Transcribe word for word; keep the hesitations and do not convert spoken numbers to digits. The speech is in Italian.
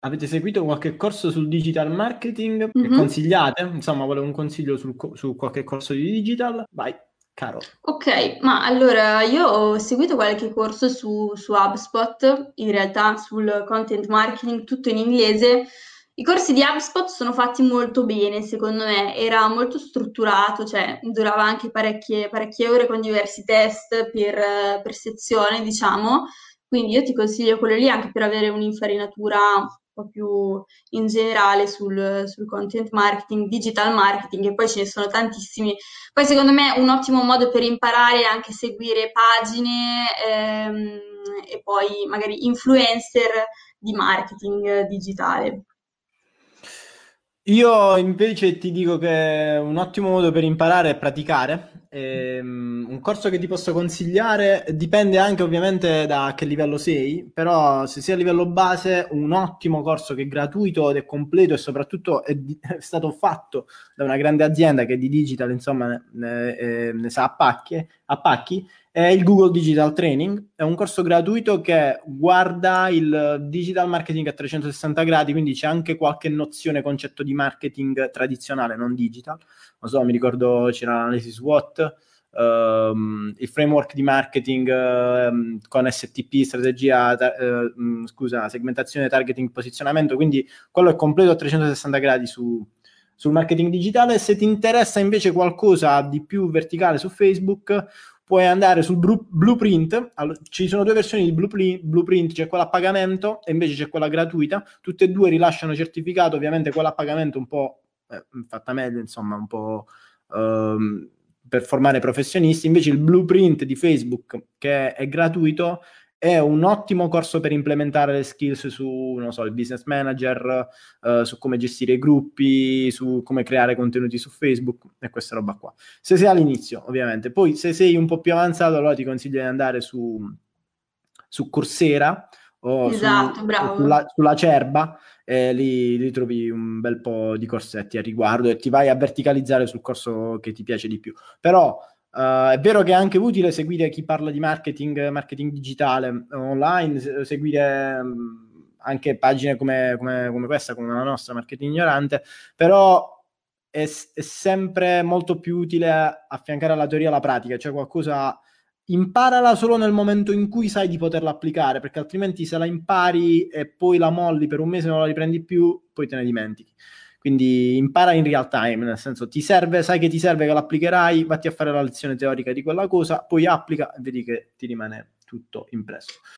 avete seguito qualche corso sul digital marketing che Mhm. consigliate? Insomma, volevo un consiglio sul co- su qualche corso di digital. Vai, caro. Ok, ma allora io ho seguito qualche corso su, su HubSpot, in realtà sul content marketing, tutto in inglese. I corsi di HubSpot sono fatti molto bene, secondo me, era molto strutturato, cioè durava anche parecchie, parecchie ore con diversi test per, eh, per sezione, diciamo. Quindi io ti consiglio quello lì anche per avere un'infarinatura un po' più in generale sul, sul content marketing, digital marketing, e poi ce ne sono tantissimi. Poi secondo me un ottimo modo per imparare è anche seguire pagine ehm, e poi magari influencer di marketing digitale. Io invece ti dico che un ottimo modo per imparare è praticare. Ehm, un corso che ti posso consigliare dipende anche ovviamente da che livello sei, però se sei a livello base, un ottimo corso che è gratuito ed è completo e soprattutto è, di- è stato fatto da una grande azienda che di digital, insomma, ne, ne- eh, ne sa a pacchi, a pacchi, è il Google Digital Training. È un corso gratuito che guarda il digital marketing a trecentosessanta gradi, quindi c'è anche qualche nozione, concetto di marketing tradizionale, non digital. Non so, mi ricordo c'era l'analisi SWOT, ehm, il framework di marketing ehm, con S T P, strategia, ta- eh, mh, scusa, segmentazione, targeting, posizionamento, quindi quello è completo a trecentosessanta gradi su, sul marketing digitale. Se ti interessa invece qualcosa di più verticale su Facebook, puoi andare sul blu- Blueprint. Allora, ci sono due versioni di Blueprint, Blueprint, c'è quella a pagamento e invece c'è quella gratuita. Tutte e due rilasciano certificato, ovviamente quella a pagamento un po' eh, fatta meglio, insomma, un po' ehm, per formare professionisti. Invece il Blueprint di Facebook, che è gratuito, è un ottimo corso per implementare le skills su, non so, il business manager, eh, su come gestire i gruppi, su come creare contenuti su Facebook e questa roba qua. Se sei all'inizio, ovviamente. Poi se sei un po' più avanzato, allora ti consiglio di andare su, su Coursera o su, Esatto, bravo. sulla, sulla Cerba, e lì, lì trovi un bel po' di corsetti a riguardo e ti vai a verticalizzare sul corso che ti piace di più. Però Uh, è vero che è anche utile seguire chi parla di marketing, marketing digitale online, se- seguire um, anche pagine come, come, come questa, come la nostra, Marketing Ignorante, però è, è sempre molto più utile affiancare alla teoria la pratica, cioè qualcosa imparala solo nel momento in cui sai di poterla applicare, perché altrimenti se la impari e poi la molli per un mese e non la riprendi più, poi te ne dimentichi. Quindi impara in real time, nel senso ti serve, sai che ti serve, che l'applicherai, vatti a fare la lezione teorica di quella cosa, poi applica e vedi che ti rimane tutto impresso.